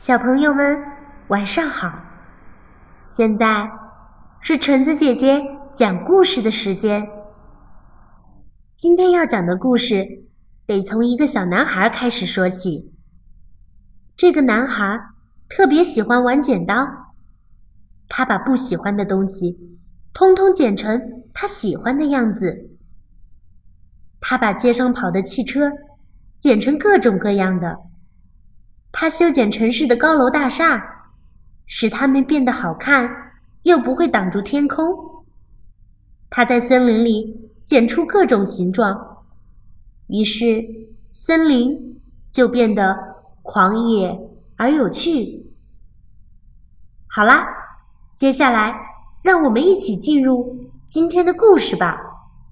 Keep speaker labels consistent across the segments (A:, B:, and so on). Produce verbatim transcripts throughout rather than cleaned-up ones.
A: 小朋友们，晚上好！现在是橙子姐姐讲故事的时间。今天要讲的故事得从一个小男孩开始说起。这个男孩特别喜欢玩剪刀，他把不喜欢的东西通通剪成他喜欢的样子。他把街上跑的汽车剪成各种各样的。他修剪城市的高楼大厦，使它们变得好看，又不会挡住天空。他在森林里剪出各种形状，于是森林就变得狂野而有趣。好啦，接下来让我们一起进入今天的故事吧。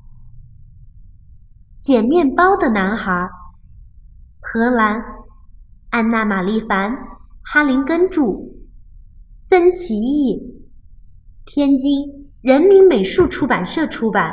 A: 捡面包的男孩，荷兰安娜·玛丽凡·哈林根著，曾其译，天津人民美术出版社出版。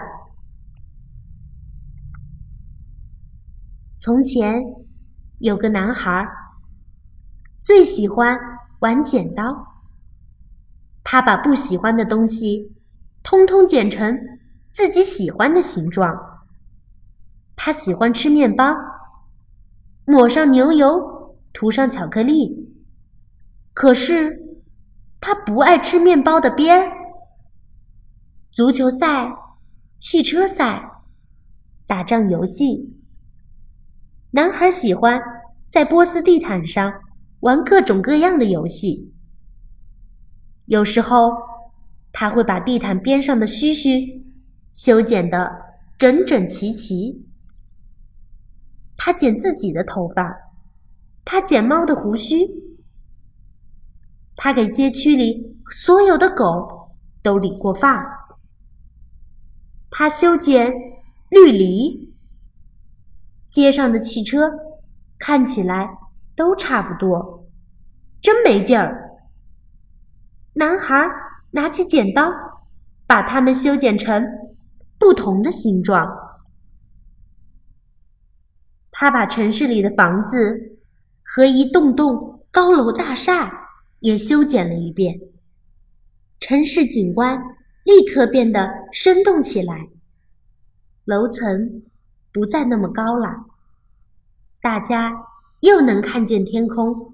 A: 从前有个男孩，最喜欢玩剪刀。他把不喜欢的东西通通剪成自己喜欢的形状。他喜欢吃面包，抹上牛油，涂上巧克力。可是他不爱吃面包的边儿。足球赛、汽车赛、打仗游戏。男孩喜欢在波斯地毯上玩各种各样的游戏。有时候他会把地毯边上的须须修剪得整整齐齐。他剪自己的头发，他剪猫的胡须，他给街区里所有的狗都理过发。他修剪绿篱，街上的汽车看起来都差不多，真没劲儿。男孩拿起剪刀，把它们修剪成不同的形状。他把城市里的房子和一栋栋高楼大厦也修剪了一遍，城市景观立刻变得生动起来。楼层不再那么高了，大家又能看见天空。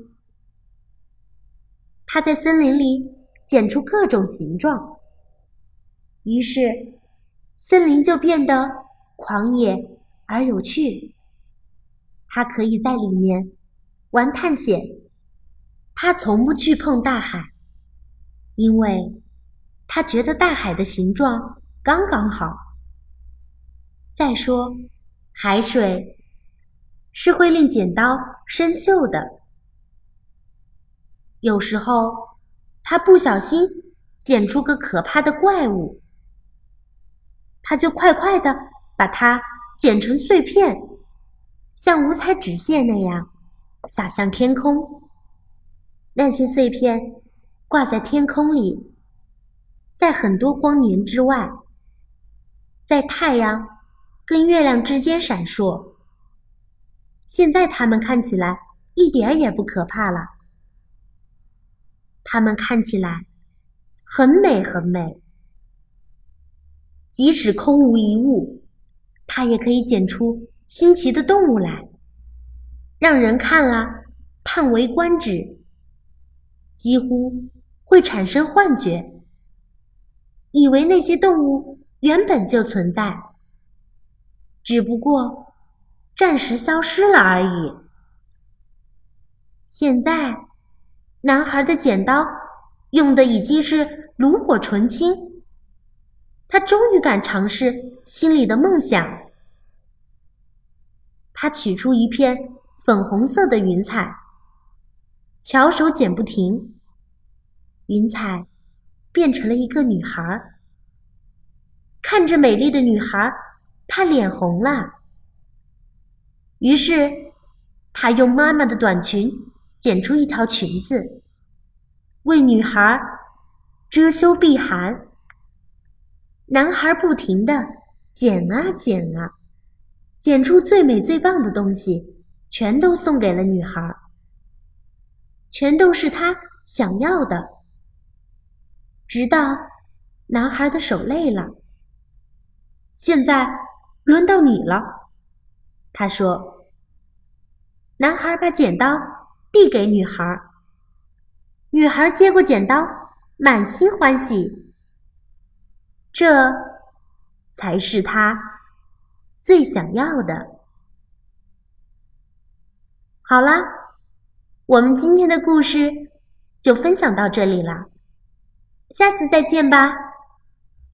A: 他在森林里剪出各种形状，于是森林就变得狂野而有趣。他可以在里面玩探险。他从不去碰大海，因为他觉得大海的形状刚刚好。再说，海水是会令剪刀生锈的。有时候，他不小心剪出个可怕的怪物，他就快快地把它剪成碎片，像五彩纸屑那样洒向天空。那些碎片挂在天空里，在很多光年之外，在太阳跟月亮之间闪烁。现在它们看起来一点也不可怕了。它们看起来很美很美。即使空无一物，它也可以剪出新奇的动物来，让人看了叹为观止，几乎会产生幻觉，以为那些动物原本就存在，只不过暂时消失了而已。现在，男孩的剪刀用的已经是炉火纯青，他终于敢尝试心里的梦想。他取出一片粉红色的云彩，巧手剪不停，云彩变成了一个女孩。看着美丽的女孩，她脸红了。于是她用妈妈的短裙剪出一条裙子，为女孩遮羞避寒。男孩不停地剪啊剪啊，剪出最美最棒的东西，全都送给了女孩。 全都是他想要的。直到男孩的手累了，现在轮到你了，他说。男孩把剪刀递给女孩，女孩接过剪刀，满心欢喜。这才是他最想要的。好啦，我们今天的故事就分享到这里了，下次再见吧。